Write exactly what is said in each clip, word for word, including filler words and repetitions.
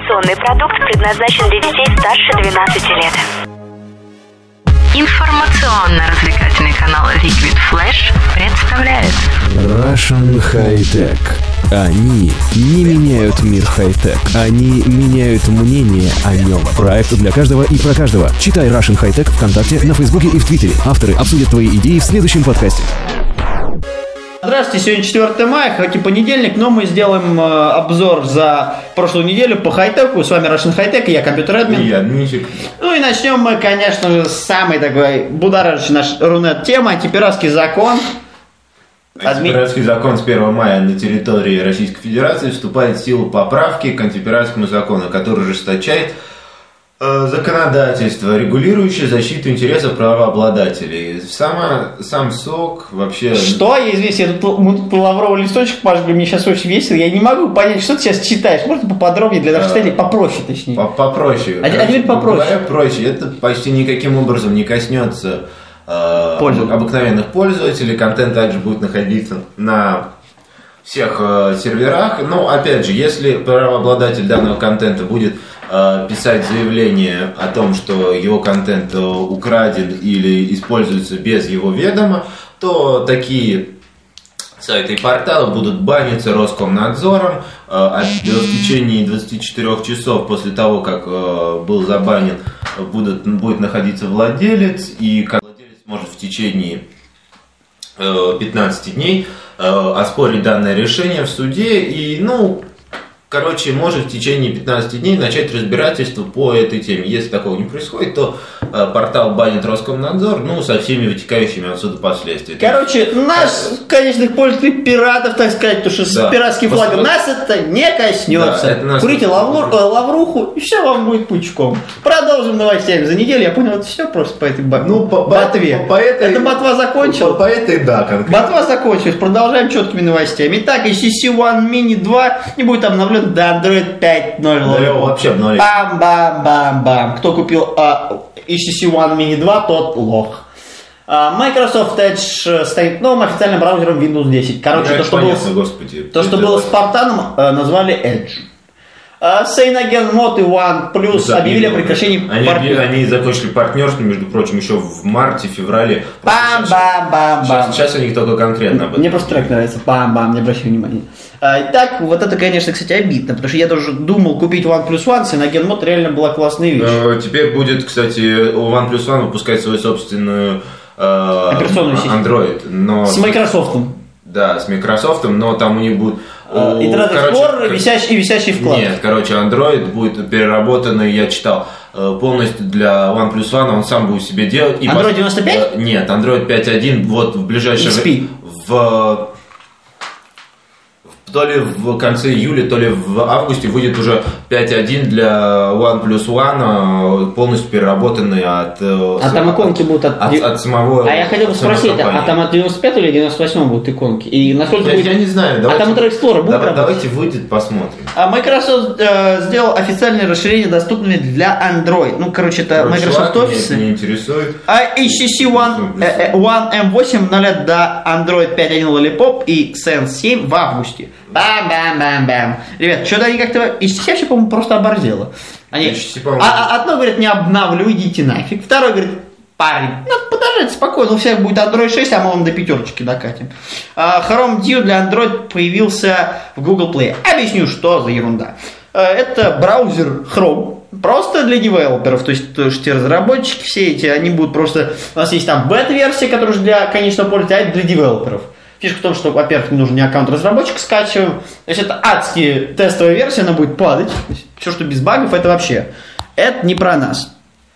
Информационный продукт предназначен для детей старше двенадцати лет. Информационно-развлекательный канал Liquid Flash представляет Russian High-Tech. Они не меняют мир хай-тек, они меняют мнение о нем. Проект для каждого и про каждого. Читай Russian High-Tech ВКонтакте, на Фейсбуке и в Твиттере. Авторы обсудят твои идеи в следующем подкасте. Здравствуйте, сегодня четвёртое мая, хоть и понедельник, но мы сделаем э, обзор за прошлую неделю по хай-теку. С вами Russian High-Tech, и я компьютер-админ. И я админчик. Ну и начнем мы, конечно же, с самой такой будоражащей наш Рунет темы, антипиратский закон. Антипиратский закон с первого мая на территории Российской Федерации вступает в силу поправки к антипиратскому закону, который ужесточает э, законодательство, регулирующее защиту интересов правообладателей. Сама, сам сок вообще... Что? Я извиняюсь, я тут, мы тут лавровый листочек пожгли, мне сейчас очень весело, я не могу понять, что ты сейчас читаешь. Можно поподробнее для наших читателей, попроще точнее. Попроще. А теперь попроще. Говоря проще, это почти никаким образом не коснется э, обыкновенных пользователей. Контент также будет находиться на всех э, серверах. Но опять же, если правообладатель данного контента будет э, писать заявление о том, что его контент э, украден или используется без его ведома, то такие сайты и порталы будут баниться Роскомнадзором. Э, а в течение двадцати четырёх часов после того, как э, был забанен, будут, будет находиться владелец, и как владелец может в течение э, пятнадцати дней э, оспорить данное решение в суде и, ну, короче, может в течение пятнадцати дней начать разбирательство по этой теме. Если такого не происходит, то э, портал банит Роскомнадзор, ну, со всеми вытекающими отсюда последствиями. Короче, нас, конечных пользователей, пиратов, так сказать, потому что да. С пиратским флагом Пос... нас это не коснется. Да, это нас Курите лавру... лавруху, и все вам будет пучком. Продолжим новостями за неделю. Я понял, это все просто по этой б... ну, по, ботве. По, по этой... Это ботва закончилась. По, по этой, да, конкретно. Ботва закончилась. Продолжаем четкими новостями. Итак, эйч ти си One Mini два не будет обновлен до Android пять ноль ноль. Да, вообще обновлен. Бам-бам-бам-бам. Кто купил а, эйч ти си One Mini два, тот лох. Microsoft Edge станет новым официальным браузером Windows десять. Короче, то, что, понятно, было, господи, то, что было с Спартаном, назвали Edge. Cyanogen Mod и OnePlus да, объявили о прекращении они, партнерства. Они закончили партнерство, между прочим, еще в марте-феврале. Бам-бам-бам-бам. Сейчас, сейчас у них только конкретно об этом. Мне просто трек нравится. Бам-бам, не обращай внимания. Итак, вот это, конечно, кстати, обидно, потому что я даже думал купить OnePlus One, Cyanogen Mod реально была классная вещь. Теперь будет, кстати, OnePlus One выпускать свою собственную операционную систему. Android. Но с Microsoft. Да, с Microsoft, но там у них будет... Internet Explorer висящий, и висящий вклад. Нет, короче, Android будет переработанный, я читал, полностью для OnePlus One, он сам будет себе делать. И Android девяносто пять? Нет, Android пять точка один вот в ближайшее время... В... То ли в конце июля, то ли в августе выйдет уже пять точка один для OnePlus One, полностью переработанный от... А там иконки будут от... От, от самого... А я хотел бы спросить, компании. А там от девяносто пятого или девяносто восьмого будут иконки? И насколько я, будет... я не знаю. Давайте, а там Internet Explorer будет давай, работать? Давайте выйдет, посмотрим. А Microsoft э, сделал официальное расширение, доступное для Android. Ну, короче, это короче, Microsoft Office. Не интересует. А эйч ти си One, э, One эм восемь обновят до Android пять точка один Lollipop и Sense семь в августе. Бам-бам-бам-бам. Ребят, что-то они как-то... эйч ти си вообще, по-моему, просто оборзело. Они... эйч ти си, а, а, одно говорит, не обновлю, идите нафиг. Второй говорит, парень, ну подождите спокойно, у всех будет Android шесть, а мы вам до пятерочки докатим. А, Chrome View для Android появился в Google Play. Объясню, что за ерунда. А, это браузер Chrome. Просто для девелоперов, то есть, то есть разработчики все эти, они будут просто... У нас есть там бета-версия, которая же для конечного пользователя, а это для девелоперов. Фишка в том, что, во-первых, не нужен ни аккаунт разработчика скачиваем. То есть это адские тестовая версия, она будет падать. То есть, все, что без багов, это вообще. Это не про нас.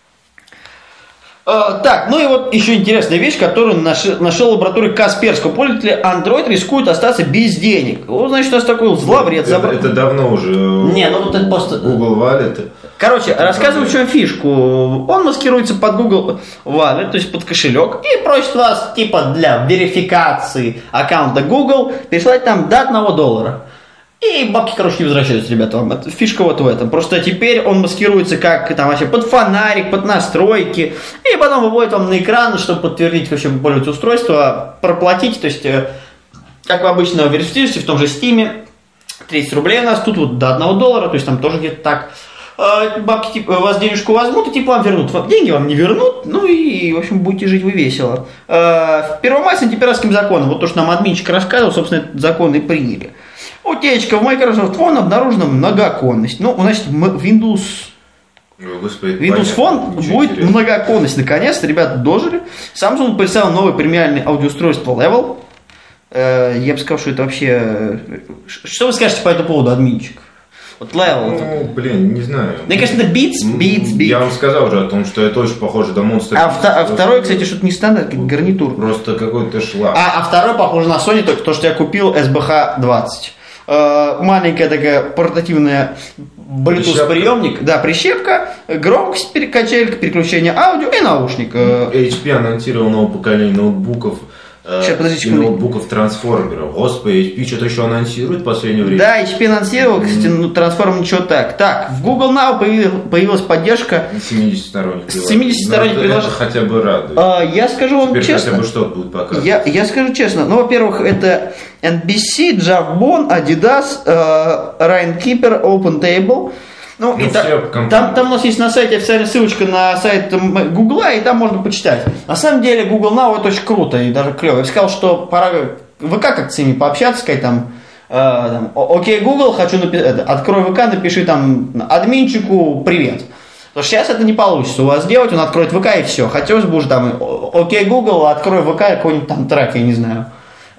Uh, так, ну и вот еще интересная вещь, которую нашел, нашел в лаборатории Касперского. Пользователи Android рискуют остаться без денег. Вот, значит, у нас такой зловред. Это, это давно уже. Не, ну вот это просто... Google Wallet. Короче, это рассказываю, в чем фишку. Он маскируется под Google Wallet, то есть под кошелек, и просит вас, типа, для верификации аккаунта Google переслать там до одного доллара. И бабки, короче, не возвращаются, ребята, вам. Это фишка вот в этом. Просто теперь он маскируется как там вообще под фонарик, под настройки. И потом выводит вам на экран, чтобы подтвердить, вообще пользоваться устройство, проплатить. То есть, как вы обычно верифицируете в том же Steam, тридцать рублей у нас, тут вот до одного доллара, то есть там тоже где-то так. Бабки типа, у вас денежку возьмут и типа вам вернут. Деньги вам не вернут, ну и, в общем, будете жить вы весело. Первомай с антипиратским законом, вот то, что нам админчик рассказывал, собственно, этот закон и приняли. Утечка в Microsoft Phone обнаружена многоконность. Ну, значит, Windows... Господи, Windows Phone будет интересно. Многоконность. Наконец-то, ребята, дожили. Samsung представил новое премиальное аудиоустройство Level. Я бы сказал, что это вообще... Что вы скажете по этому поводу, админчик? Вот Level. Ну, блин, не знаю. Мне кажется, это Beats, Beats, Beats. Я вам сказал уже о том, что это очень похоже на Monster. А, вто- а второй, кстати, что-то не стандарт, как гарнитур. Просто какой-то шлак. А, а второй похож на Sony, только то, что я купил эс би эйч двадцать. Э, маленькая такая портативная Bluetooth-приемник. Да, прищепка, громкость, качелька, переключение аудио и наушник. эйч пи анонсировал новое поколение ноутбуков. Сейчас, подождите, и ноутбуков трансформеров. Господи, эйч пи что-то еще анонсирует в последнее время. Да, эйч пи анонсировал, кстати, ну, трансформер ничего так. Так, в Google Now появилась поддержка семидесятисторонних приложений. семидесятисторонних приложений. Это хотя бы радует. А, я скажу вам Теперь честно. хотя бы что-то будет показывать. Я, я скажу честно. Ну, во-первых, это эн би си, Jawbone, Adidas, э, Rainkeeper, OpenTable. Ну, Ну, и та, там, там у нас есть на сайте официальная ссылочка на сайт Гугла, и там можно почитать. На самом деле, Google Now это очень круто и даже клево. Я бы сказал, что пора в ВК как-то с ними пообщаться, сказать там, э, там окей, Google, хочу написать, открой ВК, напиши там админчику привет. Потому что сейчас это не получится у вас сделать, он откроет ВК и все. Хотелось бы уже там, окей, Google, открой ВК какой-нибудь там трек, я не знаю.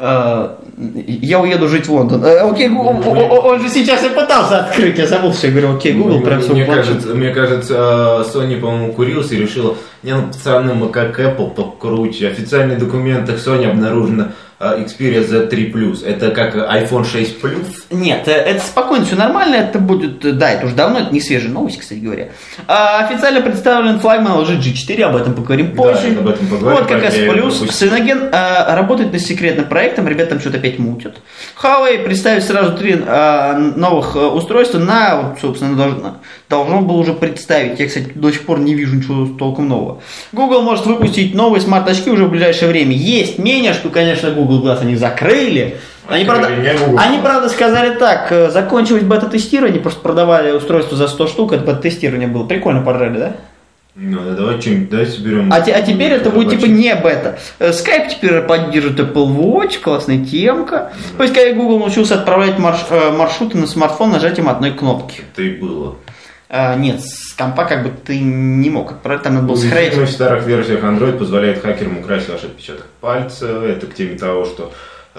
Я уеду жить в Лондон. Окей, Google, он же сейчас и пытался открыть, я забыл, что я говорю, окей, Google, прям все. Мне кажется, мне кажется, Sony, по-моему, курился и решила, не, ну, пацаны, мы как Apple, только круче. В официальных документах Sony обнаружено Xperia зет три плюс. Это как айфон шесть плюс? Нет, это спокойно, все нормально, это будет, да, это уже давно, это не свежая новость, кстати говоря. А, официально представлен Flyme эл джи джи четыре, об этом поговорим позже. Да, об этом поговорим. Вот как раз плюс. Synogen а, работает над секретным проектом, ребята там что-то опять мутят. Huawei представит сразу три а, новых а, устройства на, вот, собственно, должно, должно было уже представить. Я, кстати, до сих пор не вижу ничего толком нового. Google может выпустить новые смарт-очки уже в ближайшее время. Есть мнение, что, конечно, Google Glass они закрыли. Они, правда, они, правда, сказали так, закончилось бета-тестирование, просто продавали устройство за сто штук, это бета-тестирование было. Прикольно поржали, да? Ну, да, давай что-нибудь, давай соберем. А, а теперь это будет типа не бета. Skype теперь поддерживает Apple Watch, классная темка. То есть, когда Google научился отправлять марш, маршруты на смартфон нажатием одной кнопки. Это и было. А, нет, с компа как бы ты не мог отправить, там надо было сохранить. В старых версиях Android позволяет хакерам украсть ваш отпечаток пальца. Это к теме того, что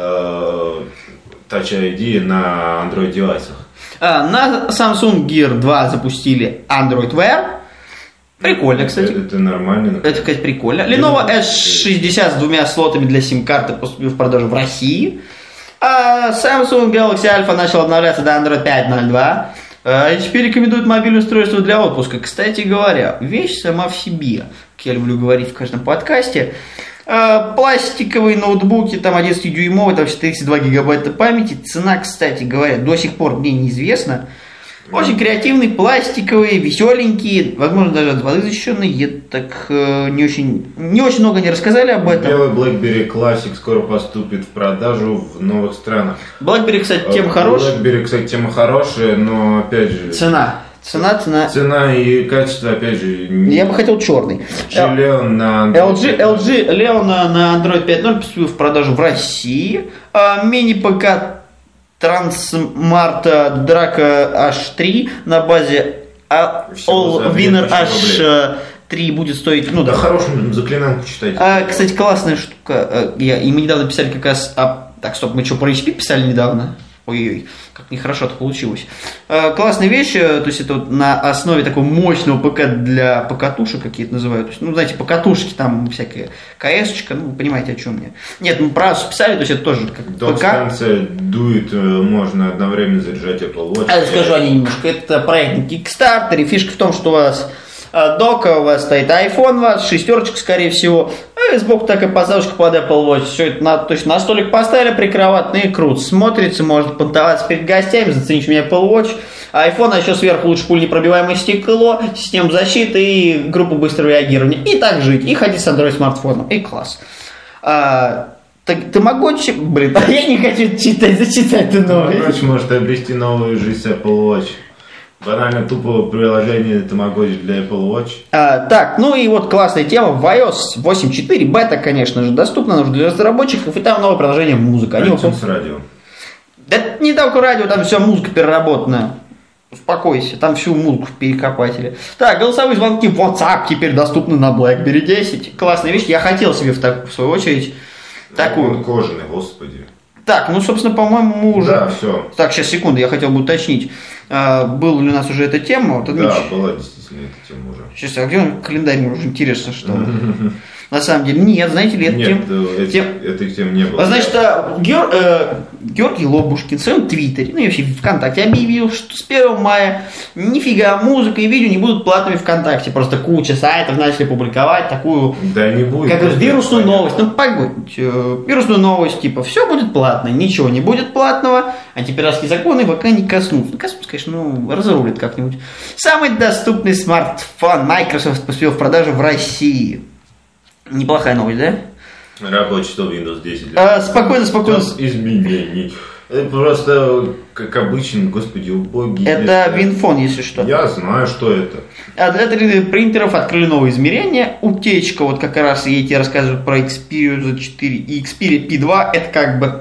э, Touch ай ди на Android девайсах. А, на Samsung Gear два запустили Android Wear. Прикольно, кстати. Это, это нормально. Это, кстати, прикольно. Lenovo эс шестьдесят с двумя слотами для сим-карты поступил в продажу в России. А Samsung Galaxy Alpha начал обновляться до Android пять ноль два. эйч пи рекомендует мобильное устройство для отпуска. Кстати говоря, вещь сама в себе, как я люблю говорить в каждом подкасте. Пластиковые ноутбуки, там одиннадцатидюймовые, там тридцать два гигабайта памяти. Цена, кстати говоря, до сих пор мне неизвестна. Очень креативные, пластиковые, веселенькие, возможно, даже от воды защищенные. Я так э, не очень, не очень много не рассказали об этом. Белый BlackBerry Classic скоро поступит в продажу в новых странах. BlackBerry, кстати, тема хорошая. BlackBerry, кстати, тема хорошая, но опять же... Цена. Цена, цена. Цена и качество, опять же... Я бы хотел черный. Leon на эл джи, эл джи Leon на Android пять ноль поступил в продажу в России. А, мини-ПК Transmart Draco эйч три на базе Allwinner эйч три будет стоить... Ну, да, да, хорошую заклинанку читайте. А, кстати, классная штука. Я, и мы недавно писали как раз... А, так, стоп, мы что, про эйч пи писали недавно? Ой-ой, как нехорошо это получилось. Э, классная вещь, то есть это вот на основе такого мощного ПК для покатушек, какие-то называют. То есть, ну, знаете, покатушки, там всякая КС-очка, ну, вы понимаете, о чем я. Нет, мы про Asus писали, то есть это тоже как Дом ПК. станция дует, можно одновременно заряжать Apple Watch. А я скажу о ней немножко. Это проект на Kickstarter, и фишка в том, что у вас дока, у вас стоит iPhone, у вас шестерочка, скорее всего, и сбоку такая подставочка под Apple Watch. Все это на, то есть на столик поставили прикроватный, и круто смотрится, можно понтоваться перед гостями, заценить у меня Apple Watch, iPhone, а еще сверху лучше пуленепробиваемое стекло, система защиты и группа быстрого реагирования. И так жить, и ходить с Android смартфоном, и класс. А, Тамагочи, блин, а я не хочу читать, зачитай ты новый. Тамагочи может обрести новую жизнь с Apple Watch. Банально тупое приложение Тамагочи для Apple Watch. А, так, ну и вот классная тема. В iOS восемь точка четыре бета, конечно же, доступна, нужно для разработчиков, и там новое приложение музыка. Они iTunes радио. Да не только радио, там вся музыка переработанная. Успокойся, там всю музыку перекопатели. Так, голосовые звонки в WhatsApp теперь доступны на BlackBerry десять. Классная вещь, я хотел себе в, так, в свою очередь такую. Кожаный, господи. Так, ну, собственно, по-моему, мы уже... Да, все. Так, сейчас, секунду, я хотел бы уточнить. А, была ли у нас уже эта тема? Вот, да, Дмитрий... была действительно эта тема уже. Сейчас, а где он календарь? Мне уже интересно, что... На самом деле, нет, знаете ли, это нет, тем... Нет, тем... этих тем не было. А, значит, Геор... э, Георгий Лобушкин в своем твиттере, ну и вообще ВКонтакте, объявил, что с первого мая нифига музыка и видео не будут платными ВКонтакте. Просто куча сайтов начали публиковать такую... Да не будет. Как говорят, вирусную новость. Ну, погодь, вирусную новость, типа, все будет платно, ничего не будет платного, антипиратские законы ВК не коснутся. Ну, коснутся, конечно, ну, разрулит как-нибудь. Самый доступный смартфон Microsoft поступил в продажу в России. Неплохая новость, да? Рабочий стол Windows десять. А, спокойно, спокойно. Без изменений. Это просто, как обычно, господи, убогий. Это WinPhone, если что. Я знаю, что это. А для три дэ-принтеров открыли новые измерения. Утечка, вот как раз я тебе рассказываю про Xperia зет четыре и Xperia пи два. Это как бы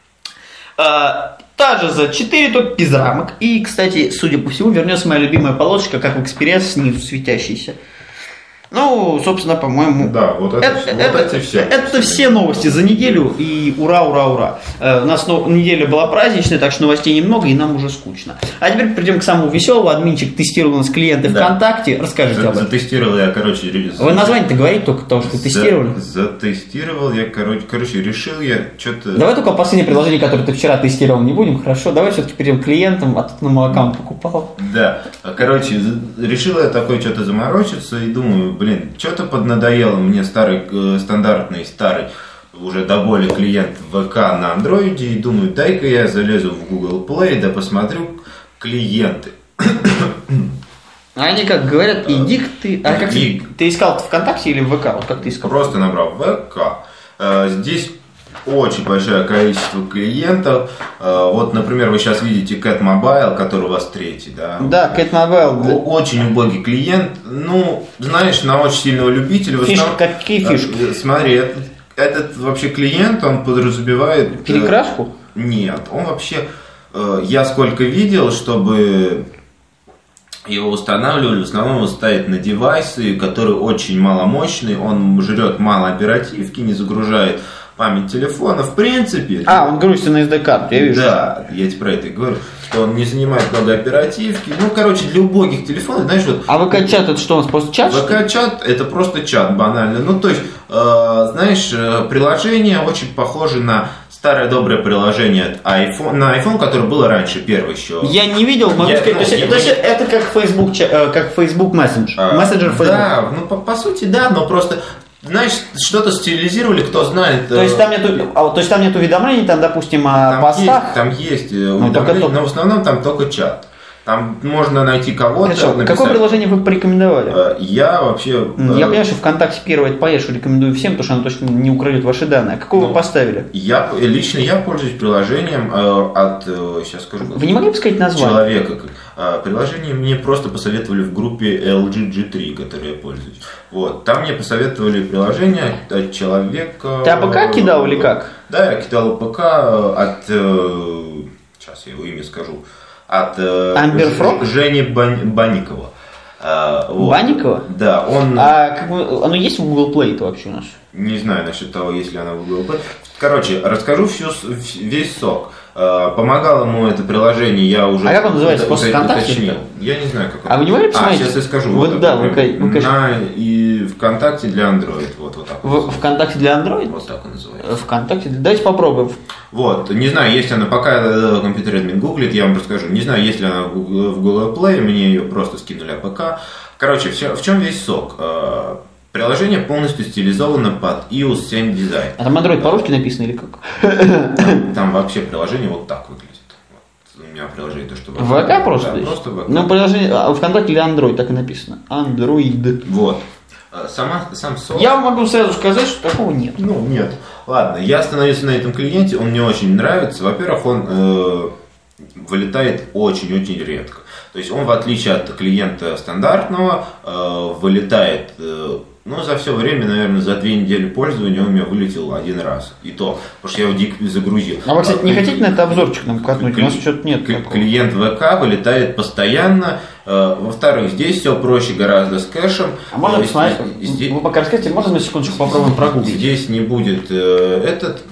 а, та же зет четыре, только без рамок. И, кстати, судя по всему, вернется моя любимая полосочка, как в Xperia, снизу светящаяся. Ну, собственно, по-моему... Да, вот это, это, вот это, эти все. Это все новости за неделю, и ура, ура, ура. Э, у нас но, неделя была праздничная, так что новостей немного, и нам уже скучно. А теперь перейдем к самому веселому. Админчик тестировал у нас клиенты да. ВКонтакте. Расскажите об этом. Затестировал я, короче... Вы название-то говорите только то, что тестировали? Затестировал я, короче, короче, решил я что-то... Давай только последнее приложение, которое ты вчера тестировал, не будем, хорошо? Давай все-таки перейдем к клиентам, а тут на мой аккаунт покупал. Да, короче, решил я такое что-то заморочиться, и думаю... Блин, что-то поднадоело мне старый, э, стандартный, старый, уже до боли клиент ВК на андроиде. И думаю, дай-ка я залезу в Google Play, да посмотрю клиенты. Они как говорят, иди ты... А как ты, ты искал ВКонтакте или в ВК? Вот как ты искал? Просто набрал ВК. Э, здесь очень большое количество клиентов. Вот, например, вы сейчас видите Cat Mobile, который у вас третий, да? Да, Cat Mobile. Очень убогий клиент. Ну, знаешь, на очень сильного любителя. Фишки, какие фишки? Смотри, этот, этот вообще клиент, он подразумевает... Перекраску? Нет, он вообще... Я сколько видел, чтобы... Его устанавливали, в основном его ставят на девайсы, которые очень маломощные, он жрет мало оперативки, не загружает память телефона, в принципе... А, он грузится на эс ди-карту, я вижу. Да, я тебе про это и говорю, что он не занимает много оперативки. Ну, короче, для убогих телефонов, знаешь, вот... А ВК-чат это что, у нас просто чат? ВК-чат это просто чат, банально. Ну, то есть, э, знаешь, приложение очень похоже на старое доброе приложение от iPhone, на iPhone, которое было раньше, первое еще. Я не видел, могу я, сказать, ну, то есть, я, то есть это как Facebook, как Facebook Messenger, а, мессенджер Facebook. Да, ну, по, по сути, да, но просто... Знаешь, что-то стилизировали, кто знает. То есть там нету, то есть там нет уведомлений, там, допустим, о там постах? Есть, там есть уведомления, но в основном там только чат. Там можно найти кого-то. Хорошо. Какое приложение вы порекомендовали? Я вообще... Я понимаю, что ВКонтакте первое это поешь, рекомендую всем, потому что оно точно не украдет ваши данные. А какое ну, вы поставили? Я, лично я пользуюсь приложением от, сейчас скажу... Вы не могли бы сказать название? Человека. Приложение мне просто посоветовали в группе эл джи джи три, которой я пользуюсь. Вот. Там мне посоветовали приложение от человека... Ты АПК кидал или как? Да, я кидал АПК от... Сейчас я его имя скажу. От Ж, Жени Бан, Банникова. Вот. Банникова? Да, он... А как бы, оно есть в Google Play-то вообще у нас? Не знаю насчет того, есть ли оно в Google Play. Короче, расскажу всю, весь сок. Помогало ему это приложение, я уже... А как он называется? После ВКонтакте? Я не знаю, как он. А вы не можете посмотреть? А, сейчас я скажу. Вот, вот да, вы, вы, на и ВКонтакте для Android. Вот, вот так. В, ВКонтакте для Android? Вот так он называется. ВКонтакте. Давайте попробуем. Вот, не знаю, есть она, пока компьютер админ гуглит, я вам расскажу. Не знаю, есть ли она в Google Play, мне ее просто скинули АПК. Короче, все, в чем весь сок? Приложение полностью стилизовано под ай о эс семь дизайн. А там Android по-русски написано или как? Там, там вообще приложение вот так выглядит. Вот. У меня приложение то, что... ВК просто? Да, просто ВК. Ну, приложение ВКонтакте или Android, так и написано. Android. Вот. Сама, сам софт... Я могу сразу сказать, что такого нет. Ну, нет. Ладно, я остановился на этом клиенте, он мне очень нравится. Во-первых, он э, вылетает очень-очень редко. То есть он, в отличие от клиента стандартного, э, вылетает... Э, ну, за все время, наверное, за две недели пользования он у меня вылетел один раз. И то, потому что я его дико загрузил. А вы, кстати, не хотите на это обзорчик нам катнуть? У нас что-то нет. Клиент ВК вылетает постоянно. Во-вторых, здесь все проще гораздо с кэшем. А можно посмотреть? Здесь... Вы пока расскажите, можно на секундочку попробуем прогуглить? Здесь не будет э, этот.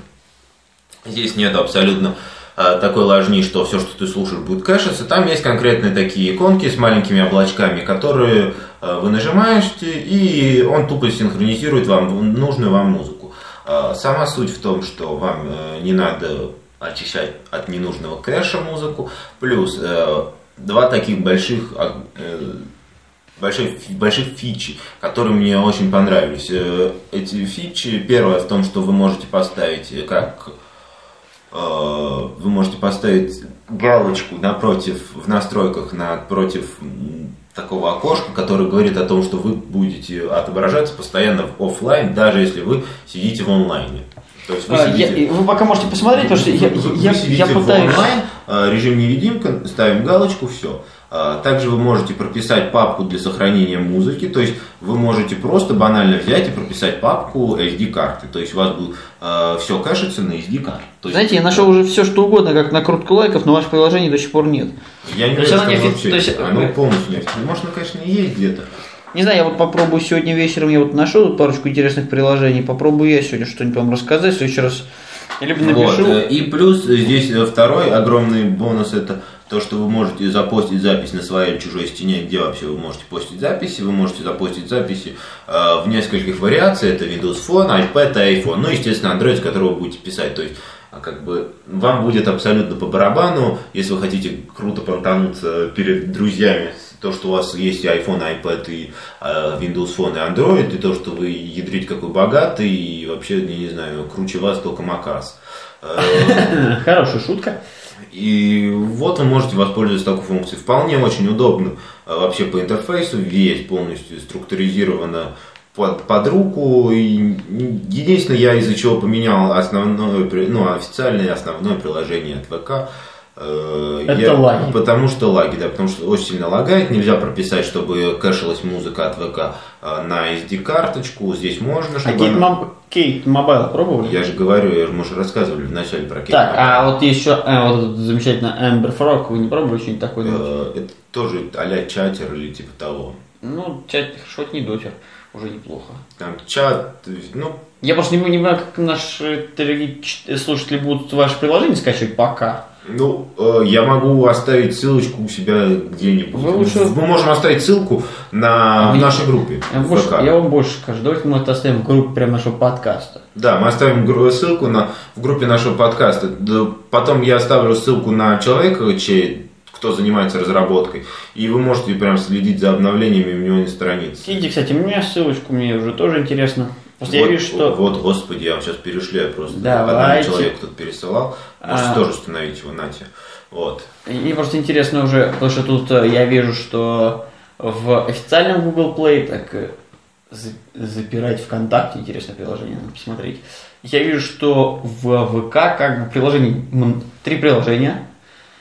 Здесь нет абсолютно э, такой ложни, что все, что ты слушаешь, будет кэшиться. Там есть конкретные такие иконки с маленькими облачками, которые э, вы нажимаете, и он тупо синхронизирует вам нужную вам музыку. Э, сама суть в том, что вам э, не надо очищать от ненужного кэша музыку. Плюс э, два таких больших, э, больших, больших фичи, которые мне очень понравились. Э, эти фичи, первое в том, что вы можете поставить, как э, вы можете поставить галочку напротив, в настройках напротив такого окошка, которое говорит о том, что вы будете отображаться постоянно в офлайн, даже если вы сидите в онлайне. То есть вы, а, сидите, я, вы пока можете посмотреть, потому что я, вы, я, вы сидите я пытаюсь... в онлайн, режим невидимка, ставим галочку, все. Также вы можете прописать папку для сохранения музыки, то есть вы можете просто банально взять и прописать папку эс ди-карты, то есть у вас будет э, все кэшится на эс ди-карте. Знаете, я нашел уже все что угодно, как накрутку лайков, но ваше приложение до сих пор нет. Я не то знаю, оно, не вообще, то есть... оно полностью не официально. Может, оно, конечно, и есть где-то. Не знаю, я вот попробую сегодня вечером, я вот нашел парочку интересных приложений, попробую я сегодня что-нибудь вам рассказать, в следующий раз либо напишу. Вот. И плюс здесь второй огромный бонус — это то, что вы можете запостить запись на своей или чужой стене, где вообще вы можете постить записи. Вы можете запостить записи э, в нескольких вариациях. Это Windows Phone, iPad и iPhone. Ну, естественно, Android, с которого вы будете писать. То есть, как бы, вам будет абсолютно по барабану, если вы хотите круто понтануться перед друзьями, то, что у вас есть и iPhone, и iPad, и э, Windows Phone, и Android, и то, что вы ядрите какой богатый, и вообще, я не знаю, круче вас только Макас. Хорошая шутка. И вот вы можете воспользоваться такой функцией. Вполне очень удобно вообще по интерфейсу, весь полностью структуризировано под, под руку. И единственное, я из-за чего поменял основное, ну, официальное основное приложение от ВК. Это я, лаги. Потому что лаги, да, потому что очень сильно лагает. Нельзя прописать, чтобы кэшилась музыка от ВК на эс ди-карточку. Здесь можно, чтобы... А она... Кейт Mobile пробовали? Я же говорю, я же, мы же рассказывали в начале про Кейт. Так, а вот еще а, вот замечательно Amber Frog, вы не пробовали что-нибудь такое? Это тоже а-ля чатер или типа того. Ну, чат, хоть не дотер, уже неплохо. Там чат, ну... Я просто не понимаю, как наши слушатели будут ваше приложение скачивать пока. Ну, э, я могу оставить ссылочку у себя где-нибудь. Вы лучше... Мы можем оставить ссылку на Вы... в нашей группе. Я, больше, я вам больше скажу. Давайте мы это оставим в группе прямо нашего подкаста. Да, мы оставим ссылку на, в группе нашего подкаста. Потом я оставлю ссылку на человека, чей, кто занимается разработкой. И вы можете прям следить за обновлениями у него на странице. Киньте, кстати, у меня ссылочку, мне уже тоже интересно. Вот, я вижу, что... вот, господи, я вам сейчас перешлю, просто Давайте. одному человеку кто-то пересылал. Можете а... тоже установить его, нате. Вот. И просто интересно уже, потому что тут я вижу, что в официальном Google Play, так запирать ВКонтакте, интересное приложение, надо посмотреть. Я вижу, что в ВК как бы приложение, три приложения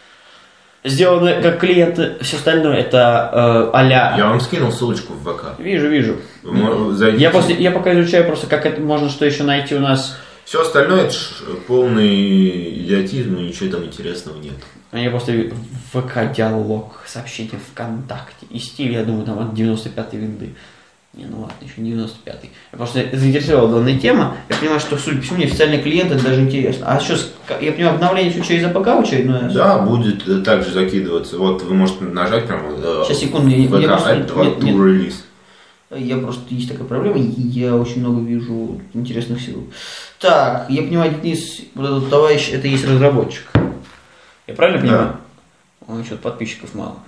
сделаны как клиенты, все остальное это э, а-ля... Я вам скинул ссылочку в ВК. Вижу, вижу. Зайдите. Я, после, я пока изучаю просто, как это можно, что еще найти у нас. Все остальное это полный идиотизм, и ничего там интересного нет. А я просто ВК-диалог, сообщение ВКонтакте. И стиль, я думаю, там от девяносто пятой винды. Не, ну ладно, еще не девяносто пятый. Я просто заинтересовала данная тема. Я понимаю, что, судя по всему, мне официальный клиент это даже интересно. А сейчас, я понимаю, обновление все через АПК очередное? Да, будет также закидываться. Вот вы можете нажать прямо сейчас, секунду, я, ВК, я просто, нет, нет, релиз. Я просто, есть такая проблема, и я очень много вижу интересных ссылок. Так, я понимаю, Денис, вот этот товарищ, это есть разработчик. Я правильно понимаю? Да. Ой, что-то подписчиков мало.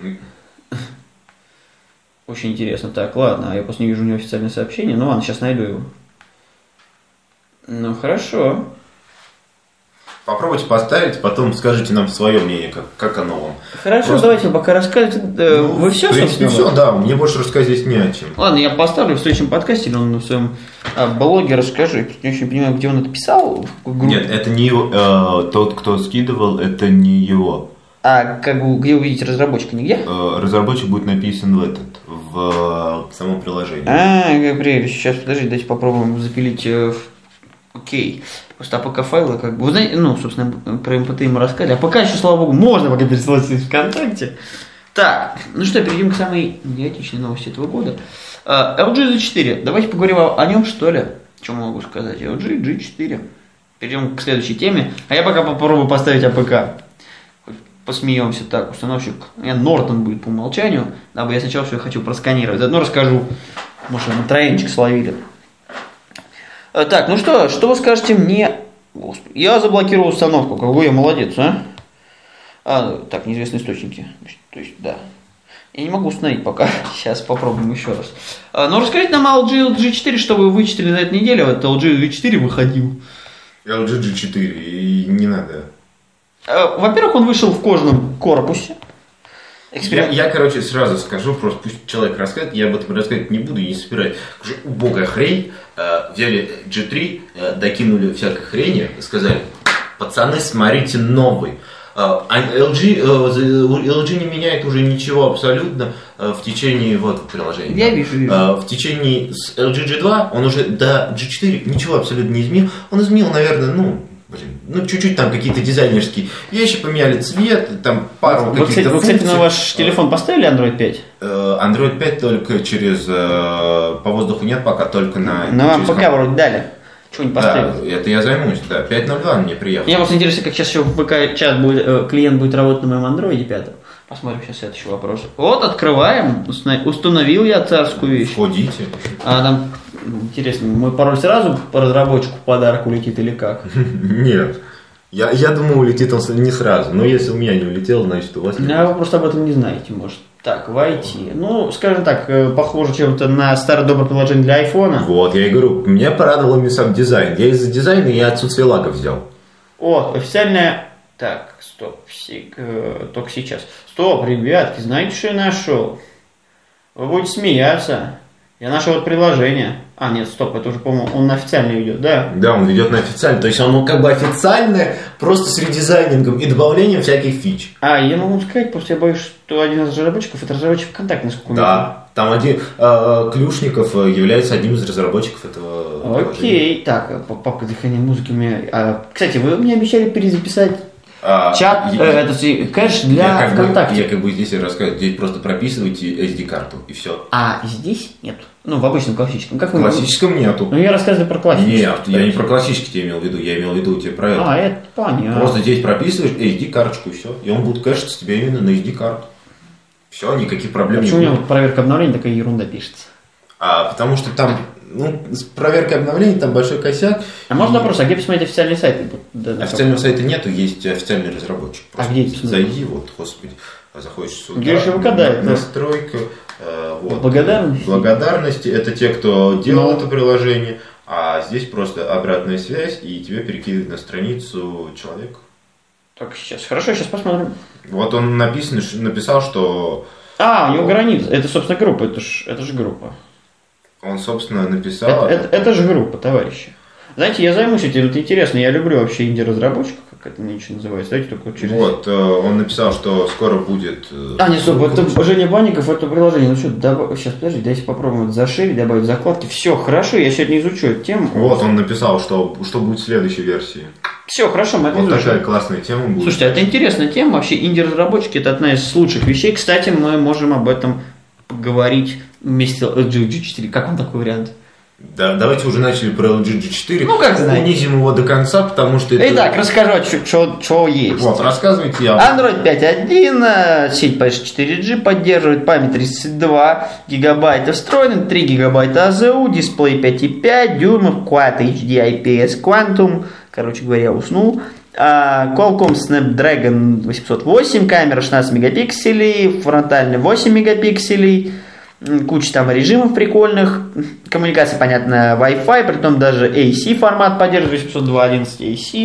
Очень интересно. Так, ладно, я просто не вижу у него официальное сообщение. Ну ладно, сейчас найду его. Ну, хорошо. Попробуйте поставить, потом скажите нам свое мнение, как, как оно вам. Хорошо, Просто... давайте пока расскажете. Ну, вы все, в принципе, собственно? все, да, мне больше рассказать здесь не о чем. Ладно, я поставлю в следующем подкасте, или он на своем а, блоге расскажи. Я не очень понимаю, где он это писал. Нет, это не его, э, тот, кто скидывал, это не его. А как бы, где увидите разработчика, нигде? Э, разработчик будет написан в этот, в э, самом приложении. А, Габриэль, сейчас, подожди, давайте попробуем запилить э, в... Окей. Просто АПК файлы, как бы, вы знаете, ну, собственно, про эм пэ три мы рассказали. А пока еще, слава богу, можно пока пересылать в ВКонтакте. Так, ну что, перейдем к самой неотичной новости этого года. Uh, эл джи джи четыре. Давайте поговорим о, о нем, что ли. Что могу сказать? эл джи джи четыре. Перейдем к следующей теме. А я пока попробую поставить АПК. Посмеемся так. Установщик. У меня Нортон будет по умолчанию. Дабы я сначала все хочу просканировать. Заодно расскажу. Может, настроенчик словили. Uh, так, ну что, что вы скажете мне? Господи, я заблокировал установку. Какой я молодец, а? А, так, неизвестные источники. То есть, да. Я не могу установить пока. Сейчас попробуем еще раз. А, но расскажите нам о эл джи джи четыре, что вы вычислили за эту неделю. Вот эл джи джи четыре выходил. эл джи джи четыре, и не надо. А, во-первых, он вышел в кожаном корпусе. Эксперимент. Я, я, короче, сразу скажу, просто пусть человек расскажет, я об этом рассказывать не буду и не собираюсь. Уже убогая хрень. Э, взяли джи три, э, докинули всякой хрени, сказали, пацаны, смотрите новый. эл джи, эл джи не меняет уже ничего абсолютно в течение вот приложения. Я вижу, вижу. В течение с эл джи джи два он уже до джи четыре ничего абсолютно не изменил. Он изменил, наверное, ну, блин, ну чуть-чуть там какие-то дизайнерские вещи, поменяли цвет, там пару вы, каких-то кстати, функций. Вы, кстати, на ваш телефон поставили Android пять? Android пять только через, по воздуху нет пока, только на... На вам ПК вроде дали. Чего не поставил? Да, это я займусь, да. пять ноль два мне приехал. Меня просто интересует, как сейчас еще в ВК чат будет, э, клиент будет работать на моем андроиде пятом. Посмотрим сейчас следующий вопрос. Вот, открываем. Установил я царскую вещь. Входите. А там, интересно, мой пароль сразу по разработчику в подарок улетит или как? Нет. Я, я думаю, улетит он не сразу. Но если у меня не улетел, значит у вас не А вы просто об этом не знаете, может. Так, войти. Ну, скажем так, похоже чем-то на старое доброе приложение для айфона. Вот, я и говорю, меня порадовал именно сам дизайн. Я из-за дизайна и отсутствие лагов взял. О, официальная... Так, стоп, сик, э, только сейчас. Стоп, ребятки, знаете, что я нашел? Вы будете смеяться. Я нашел это приложение. А, нет, стоп, это уже, по-моему, он на официально идет, да? Да, он идет на официально. То есть он как бы официальное, просто с редизайнингом и добавлением всяких фич. А, я могу сказать, просто я боюсь, что один из разработчиков это разработчик ВКонтакте, насколько да, там один э, Клюшников является одним из разработчиков этого Окей, приложения. так, папка дыхания музыки у меня... А, кстати, вы мне обещали перезаписать а, чат, я, э, это кэш для я как ВКонтакте. Бы, я как бы здесь рассказываю, здесь просто прописывайте эс ди-карту и все. А здесь нет? Ну, в обычном классическом. Как в классическом вы... нету. Ну, я рассказываю про классический. Нет, я не про классический тебе имел в виду, я имел в виду у тебя про это. А, это понятно. Просто здесь прописываешь эс ди-карточку и все. И он будет кэшиться тебе именно на эс ди-карту. Все, никаких проблем Почему не будет. у меня проверка обновления такая ерунда пишется? А, потому что там, ну, с проверкой обновлений там большой косяк. А и... можно вопрос, а где посмотреть официальный сайт? Официального сайта нету, есть официальный разработчик. Просто а где это? Зайди, вот, господи, заходишь сюда. Где же выкадает? Настройка. Вот. Благодарности. Благодарности. Это те, кто делал Но... это приложение. А здесь просто обратная связь, и тебя перекидывает на страницу человека. Так, сейчас. Хорошо, сейчас посмотрим. Вот он написан, написал, что... А, у него граница. Это, собственно, группа. Это же это ж группа. Он, собственно, написал... Это, это, это же группа, товарищи. Знаете, я займусь этим. Это интересно. Я люблю вообще инди-разработчиков, как это нынче называется. Давайте только через... Вот, он написал, что скоро будет... А, не, стоп, это Женя Банников, это приложение. Ну что, добав... сейчас, подожди, давайте попробуем это заширить, добавить закладки. Все, хорошо, я сегодня изучу эту тему. Вот, он написал, что, что будет в следующей версии. Все, хорошо, мы это вот изучим. Такая классная тема будет. Слушайте, это интересная тема. Вообще, инди-разработчики – это одна из лучших вещей. Кстати, мы можем об этом поговорить вместе с эл джи джи четыре. Как вам такой вариант? Да, давайте уже начали про эл джи джи четыре. Ну, как знаете. Унизим его до конца, потому что это... Итак, расскажу, что есть. Вот, рассказывайте. Я... Android пять точка один, сеть пи эс четыре джи поддерживает, память тридцать два гигабайта встроена, три гигабайта эй зэ ю, дисплей пять и пять дюймов, Quad эйч ди ай пи эс Quantum, короче говоря, уснул. Qualcomm Snapdragon восемьсот восемь, камера шестнадцать мегапикселей, фронтальный восемь мегапикселей, куча там режимов прикольных, коммуникация, понятно, Wi-Fi, притом даже эй си формат поддерживает, восемьсот два точка одиннадцать эй си,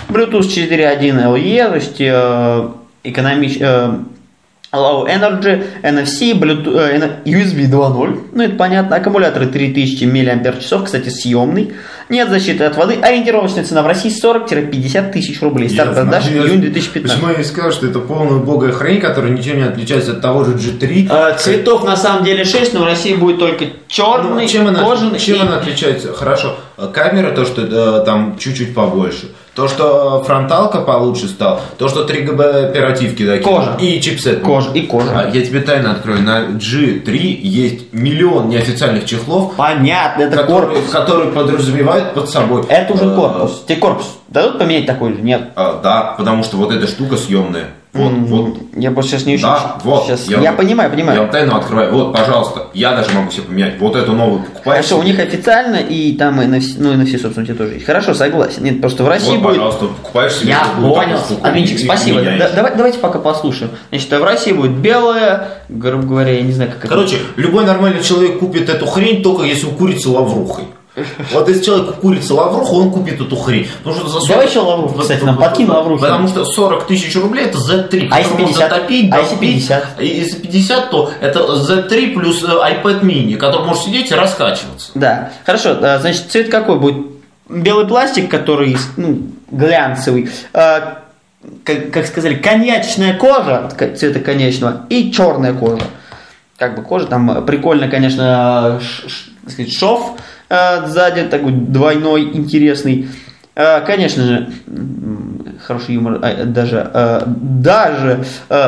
Bluetooth четыре точка один эл и, то есть э, экономич... Э, Low Energy, эн эф си, Bluetooth, э, ю эс би два ноль, ну это понятно, аккумуляторы три тысячи миллиампер-часов, кстати, съемный, нет защиты от воды, ориентировочная цена в России сорок-пятьдесят тысяч рублей, старт продаж июнь две тысячи пятнадцатого. Почему я сказал, что это полная убогая хрень, которая ничем не отличается от того же джи три? Э, цветов на самом деле шесть, но в России будет только черный, ну, чем она, кожаный. Чем и... она отличается? Хорошо, камера, то, что э, там чуть-чуть побольше. То, что фронталка получше стала, то, что три джи оперативки такие. Кожа. И чипсет. Кожа, и кожа. А, я тебе тайно открою, на джи три есть миллион неофициальных чехлов. Понятно, это которые, корпус. Которые подразумевают под собой. Это уже корпус. Тебе корпус дадут поменять такой же? Нет. А, да, потому что вот эта штука съемная. Вот, mm-hmm. вот. Я просто сейчас не учу. Да, вот. Сейчас. Я, я понимаю, понимаю. Я вам тайну открываю. Вот, пожалуйста. Я даже могу себе поменять. Вот эту новую покупаешь. Хорошо, у них официально, и там эн эф си, ну, эн эф си, собственно, у тебя тоже есть. Хорошо, согласен. Нет, просто в России вот, будет... пожалуйста, покупаешь себе. Я понял. Админчик, спасибо. Да, давай, давайте пока послушаем. Значит, в России будет белая, грубо говоря, я не знаю, как это... Короче, любой нормальный человек купит эту хрень, только если он курится лаврухой. Вот если человек курится лавруху, он купит эту хрень. Потому что за Давай еще лавруху, кстати, нам подкинь лавруху. Потому что сорок тысяч рублей это зет три. А если пятьдесят? Топить, а если пятьдесят? Если пятьдесят, то это зет три плюс iPad mini, который может сидеть и раскачиваться. Да, хорошо, значит, цвет какой будет? Белый пластик, который, ну, глянцевый, как, как сказали, коньячная кожа, цвета коньячного, и черная кожа. Как бы кожа, там прикольно, конечно, ш, ш, так сказать, шов сзади, такой двойной, интересный. Конечно же, хороший юмор, даже, даже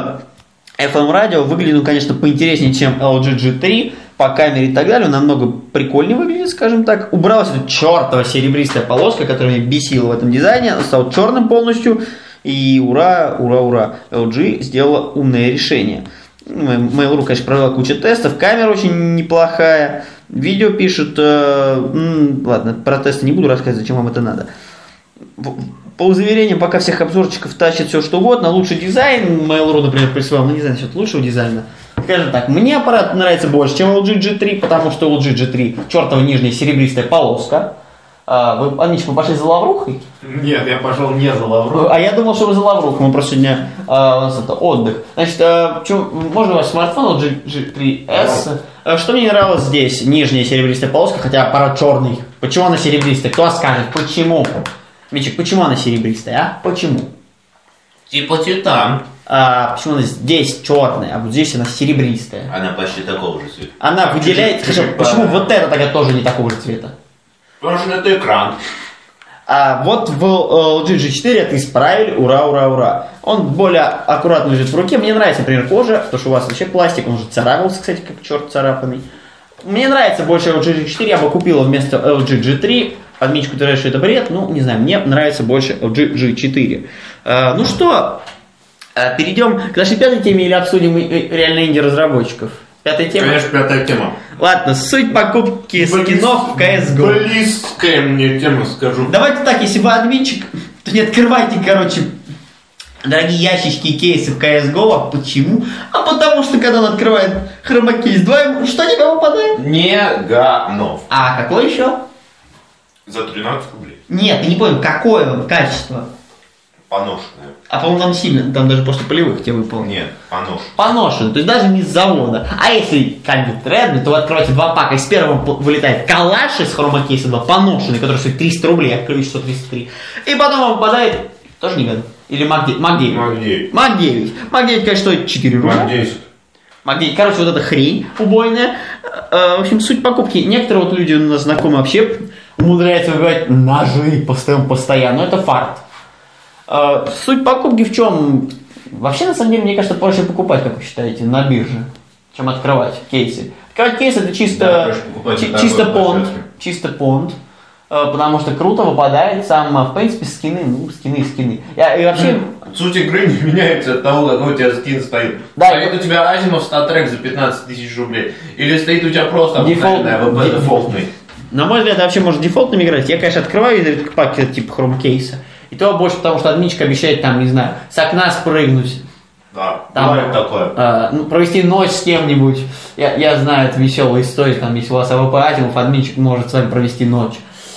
эф эм-радио выглядит, конечно, поинтереснее, чем эл джи джи три, по камере и так далее, он намного прикольнее выглядит, скажем так. Убралась эта чертова серебристая полоска, которая меня бесила в этом дизайне, она стала черным полностью, и ура, ура, ура, эл джи сделала умное решение. Mail.ru, конечно, провела кучу тестов, камера очень неплохая, видео пишут, э, м, ладно, про тесты не буду рассказывать, зачем вам это надо. По заверениям, пока всех обзорчиков тащит все что угодно, лучший дизайн, Mail.ru, например, присылал, ну не знаю насчет лучшего дизайна. Скажем так, мне аппарат нравится больше, чем эл джи джи три, потому что эл джи джи три чертова нижняя серебристая полоска. А, вы, Анечка, вы пошли за лаврухой? Нет, я пошел не за лаврухой. А я думал, что вы за лаврухой. Мы просто сегодня а, у нас это отдых. Значит, а, чё, можно ваш смартфон эл джи джи три эс? А, что мне не нравилось здесь? Нижняя серебристая полоска, хотя аппарат черный. Почему она серебристая? Кто скажет? Почему? Мичик, почему она серебристая, а? Почему? Типа титан. А, почему она здесь черная, а вот здесь она серебристая? Она почти такого же цвета. Она выделяет... Скажи, почему вот это тогда тоже не такого же цвета? Потому что это экран. А вот в эл джи джи четыре это исправили, ура, ура, ура. Он более аккуратно лежит в руке. Мне нравится, например, кожа, потому что у вас вообще пластик, он уже царапался, кстати, как черт царапанный. Мне нравится больше эл джи джи четыре, я бы купила вместо эл джи джи три. Админчик утверждает, что это бред, ну, не знаю, мне нравится больше эл джи джи четыре. А, ну что, перейдем к нашей пятой теме или обсудим реально инди-разработчиков? Пятая тема? Конечно, пятая тема. Ладно, суть покупки Близ... скинов в си эс го. Близкая мне тема, скажу. Давайте так, если вы админчик, то не открывайте, короче, дорогие ящички и кейсы в си эс го. А почему? А потому что, когда он открывает хромакейс два, ему что тебе выпадает? Неганов. А какой еще? За тринадцать рублей. Нет, ты не понял, какое он качество? Поношенное. А по-моему, там сильно, там даже после полевых тебе выпало. Нет, поношен. Поношен, то есть даже не с завода. А если как бы Redmi, то вы откроете два пака, из первого вылетает калаш из хромакейса два, поношенный, который стоит триста рублей, откроете сто тридцать три. И потом вам выпадает, тоже не гадно, или Мак девять. Мак девять. Мак девять. Мак девять, конечно, стоит четыре рубля. Мак десять. Мак девять. Короче, вот эта хрень убойная. В общем, суть покупки. Некоторые вот люди у нас знакомые вообще умудряются выбивать ножи постоянно, постоянно. Но это фарт. Uh, суть покупки в чем? Вообще, на самом деле, мне кажется, проще покупать, как вы считаете, на бирже, чем открывать кейсы. Открывать кейсы это чисто, да, чи- чисто понт, чисто понт, uh, потому что круто выпадает сам, в принципе, скины, ну, скины, скины. Я, и вообще... Суть игры не меняется от того, какой у тебя скин стоит. Да, стоит у тебя Азимов статрек за пятнадцать тысяч рублей, или стоит у тебя просто обыкновенная ВП дефолтный. На мой взгляд, вообще может дефолтными играть. Я, конечно, открываю изредка паки типа хромкейса. И то больше потому, что админчик обещает там, не знаю, с окна спрыгнуть. Да, там, бывает такое. А, ну, провести ночь с кем-нибудь. Я, я знаю, это веселая история. Там, если у вас АВП Азимов, админчик может с вами провести ночь.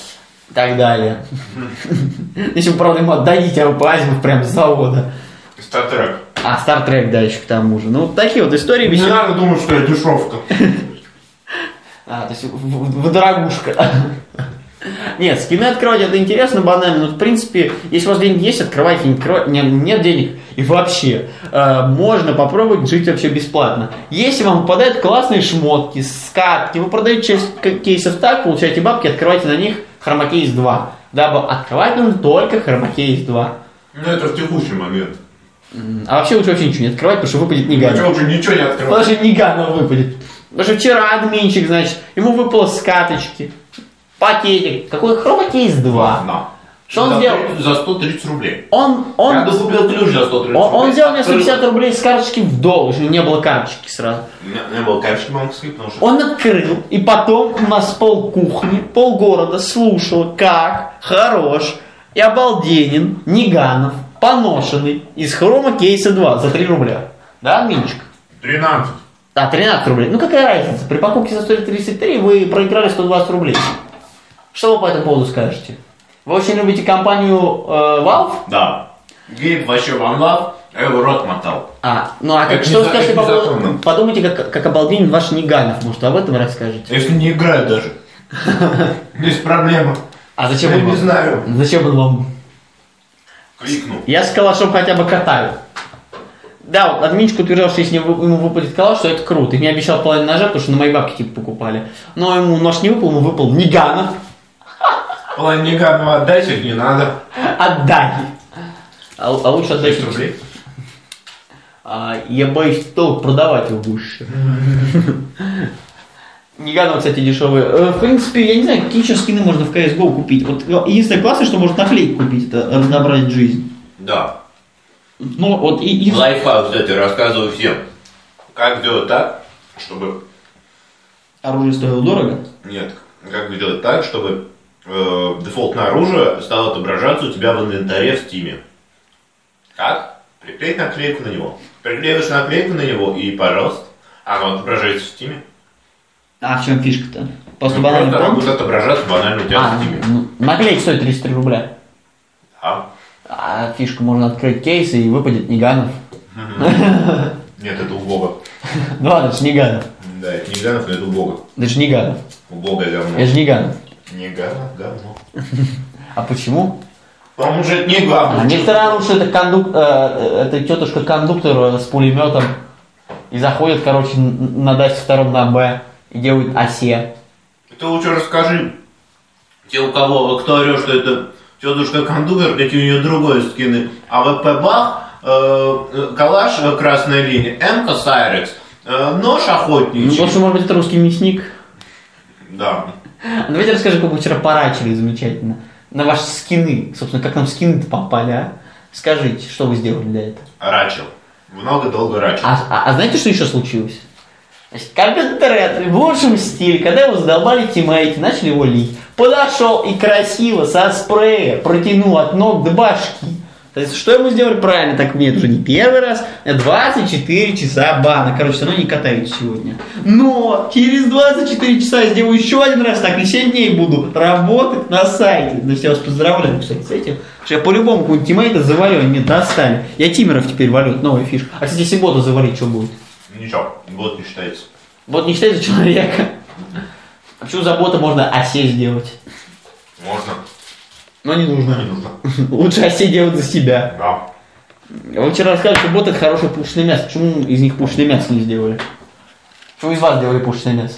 И так далее. Если вы, правда, ему отдадите, а вы возьмете прям с завода. Стартрек. А, Стартрек, да, еще к тому же. Ну, такие вот истории. Не надо думать, что я дешевка. А, то есть вы дорогушка. Нет, скины открывать это интересно, банально, но в принципе, если у вас деньги есть, открывайте, не открывайте, нет, нет денег, и вообще, э, можно попробовать жить вообще бесплатно. Если вам попадают классные шмотки, скатки, вы продаете часть кейсов так, получаете бабки, открывайте на них хромакейс два. Дабы открывать нужно только хромакейс два. Ну это в текущий момент. А вообще лучше вообще ничего не открывать, потому что выпадет Ниганов. Лучше вообще ничего не открывать. Потому что Ниганов выпадет. Потому что вчера админчик, значит, ему выпало скаточки. Пакетик. Какой хромакейс два? Да. Что он за, сделал? За сто тридцать рублей. Он, он, Я докупил ключ за сто тридцать он, рублей. он взял мне сто пятьдесят рублей с карточки в долг, что не было карточки сразу. Не, не было карточки банковской, потому что... Он открыл, и потом у нас пол кухни, пол города слушал, как хорош и обалденен Ниганов, поношенный, из хромакейса два за три рубля. Да, Минчик? тринадцать. А, тринадцать рублей. Ну какая разница? При покупке за сто тридцать три вы проиграли сто двадцать рублей. Что вы по этому поводу скажете? Вы очень любите компанию э, Valve? Да. Гейб вообще ван лав, а его рот мотал. А, ну а как, Это что вы не- скажете это по не поводу... законно. Подумайте, как, как обалденен ваш Ниганов. Может, об этом расскажете? Если не играет даже. Здесь проблема. А зачем Я он не вам? знаю. Зачем он вам? Кликнул. Я с калашом хотя бы катаю. Да, вот админчик утверждал, что если ему ему выпадет калаш, то это круто. И мне обещал половину ножа, потому что на мои бабки типа покупали. Но ему нож не выпал, ему выпал Ниганов. Половину Ниганова отдать их не надо. Отдай. А, а лучше отдай. десять рублей. А, я боюсь, что продавать его будешь. Ниганов, кстати, дешевые. Э, В принципе, я не знаю, какие еще скины можно в си эс го купить. Вот единственное классное, что можно наклейку купить, это разнообразить жизнь. Да. Ну, вот и... и... Лайфхак, кстати, рассказываю всем. Как сделать так, чтобы... Оружие стоило дорого? Нет, как сделать так, чтобы э, дефолтное оружие стало отображаться у тебя в инвентаре в Стиме. Как? Приклеить наклейку на него. Приклеиваешь наклейку на него и, пожалуйста, оно отображается в Стиме. А в чем фишка-то? Просто Ну, банально просто оно помню. будет отображаться банально у тебя А, в Стиме. ну, наклейка стоит тридцать три рубля. Да. А фишку можно открыть кейс и выпадет Ниганов. Нет, это убого. Ну ладно, это ж Ниганов. Да, это не Ганов, но это убого. Это ж Ниганов. Убогое говно. Это ж Ниганов. Не Ганов, говно. А почему? Потому что это не А главное. некоторые орут, что это, кондук... э, это тетушка-кондуктор с пулеметом. И заходит, короче, н- на дасть втором на Б. И делает осе. Ты лучше расскажи, те, у кого, кто орет, что это тетушка кондуктор, какие у нее другой скины. А в ПП Бах, э, калаш, э, красная линия, М-ка Сайрекс, э, нож Ну, охотничий. потому что, может быть, это русский мясник. Да. А давайте расскажи, как вы вчера порачили замечательно. На ваши скины. Собственно, как нам скины-то попали, а? Скажите, что вы сделали для этого? Рачил. Много долго рачил. А, а, а знаете, что еще случилось? Значит, компьютер в лучшем стиле, когда его задолбали тиммейты, начали его лить, подошел и красиво со спрея протянул от ног до башки. То есть, что ему сделали правильно? Так мне это уже не первый раз. двадцать четыре часа бана. Короче, все равно не катаюсь сегодня. Но через двадцать четыре часа я сделаю еще один раз, так и семь дней буду работать на сайте. Значит, я вас поздравляю, кстати, с этим. Что я по-любому какой-нибудь тиммейта завалю, они меня достали. Я тиммеров теперь валю, новая фишка. А, кстати, если бота завалить, что будет? Ничего, год не считается. Бот не считается человека. А почему за бота можно осе сделать? Можно. Но не нужно. Не нужно. Лучше осе делать за себя. Да. Вы вчера рассказали, что бот это хорошее пушечное мясо. Почему из них пушечное мясо не сделали? Почему из вас сделали пушечное мясо?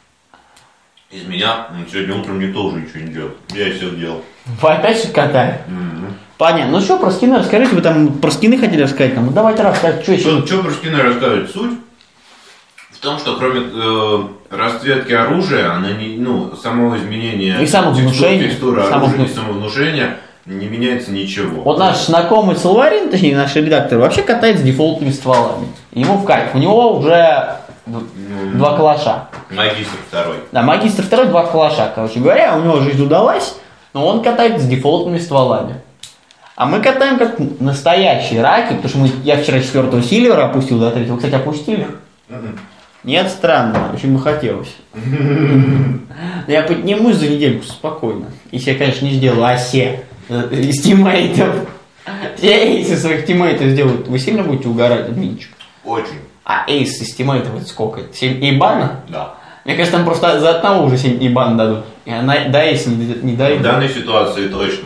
Из меня ну, сегодня утром никто уже ничего не делал. Я все делал. Вы опять что катали? М-м. Понятно. Ну что, про скины расскажите. Вы там про скины хотели рассказать? Там? Ну давайте рассказать. Что еще? Что про скины рассказывать? Суть в том, что кроме э, расцветки оружия, она не, ну, самого изменения И самовнушения. текстуры Самовну- оружия и самовнушения не меняется ничего. Вот наш знакомый Салварин, точнее наш редактор, вообще катает с дефолтными стволами. Ему в кайф. У него уже д- два калаша. Магистр второй. Да, магистр второй, два калаша, короче говоря, у него жизнь удалась, но он катает с дефолтными стволами. А мы катаем как настоящие раки, потому что мы, я вчера четвертого сильвера опустил до третьего. Вы, кстати, опустили? М-м. Нет, странно, очень бы хотелось. Я поднимусь за недельку спокойно. Если я, конечно, не сделаю осе из тиммейтов. Я эйсы своих тиммейтов сделают. Вы сильно будете угорать, админчик? Очень. А эйс из тиммейтов это сколько? семь ибана? Да. Мне кажется, там просто за одного уже семь ибан дадут. И она до эйса не, не дают. В данной ситуации точно.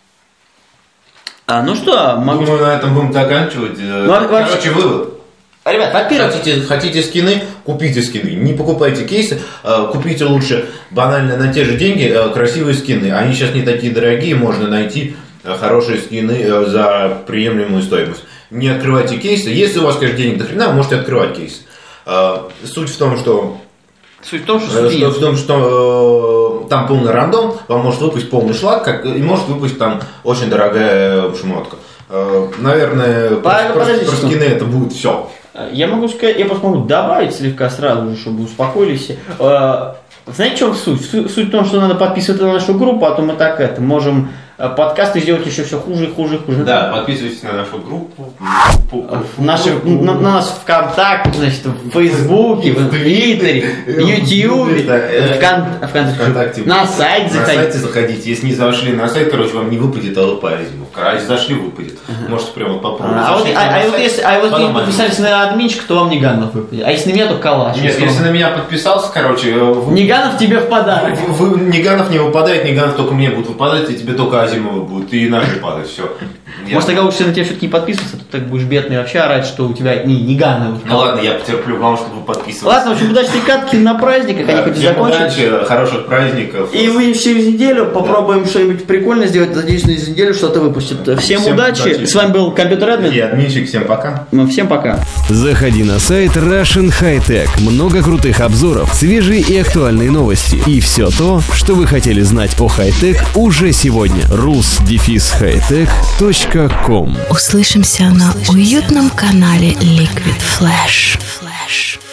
А, ну что, могу... Думаю, на этом будем заканчивать. Ну, Короче, вообще... вывод. Ребят, во-первых... Хотите, хотите скины, купите скины. Не покупайте кейсы, купите лучше банально на те же деньги красивые скины. Они сейчас не такие дорогие, можно найти хорошие скины за приемлемую стоимость. Не открывайте кейсы. Если у вас, конечно, денег до хрена, вы можете открывать кейсы. Суть в том, что... Суть в том, что, что, в том, что э, там полный рандом, вам может выпасть полный шлак, как, и может выпасть там очень дорогая шмотка. Э, наверное, По- про, про скины это будет все. Я могу сказать, я просто могу добавить слегка сразу же, чтобы успокоились. Э, знаете, в чем суть? Суть в том, что надо подписываться на нашу группу, а то мы так это можем подкасты сделать еще все хуже и хуже и хуже. Да, подписывайтесь на нашу группу. Наши, на, на нас ВКонтакте, значит, в Фейсбуке, в Твиттере, в Ютьюбе, в ВКонтакте, на сайт заходите. На сайте заходите. Если не зашли на сайт, короче, вам не выпадет ЛП Азимов. Если зашли, выпадет. Можете прямо попробовать. А вот, а, а вот если, а вот если подписались на админчик, то вам Неганов выпадет. А если на меня, то Калач. Нет, если, если на меня подписался, короче... Вы... Неганов тебе в подарок. Вы, вы, Неганов не выпадает, Неганов только мне будет выпадать, и тебе только Азимова будет, и наши падать, все. Может, тогда лучше на тебя все-таки не подписываться, то ты будешь бедный вообще орать, что у тебя не Неганов. Ну ладно, я потерплю, главное, чтобы вы подписывались. Ладно, в общем, удачной катки на праздниках, они хоть и закончились. Удачи, хороших праздников. И мы через неделю попробуем что-нибудь прикольное сделать, надеюсь, через неделю что-то выпустит. Всем, всем удачи. удачи, с вами был Компьютер Админ. И админчик, всем пока. Всем пока. Заходи на сайт Russian High Tech. Много крутых обзоров, свежие и актуальные новости. И все то, что вы хотели знать о хай-тек уже сегодня. рус дефис хайтек точка ком. Услышимся на уютном канале Liquid Flash. Flash.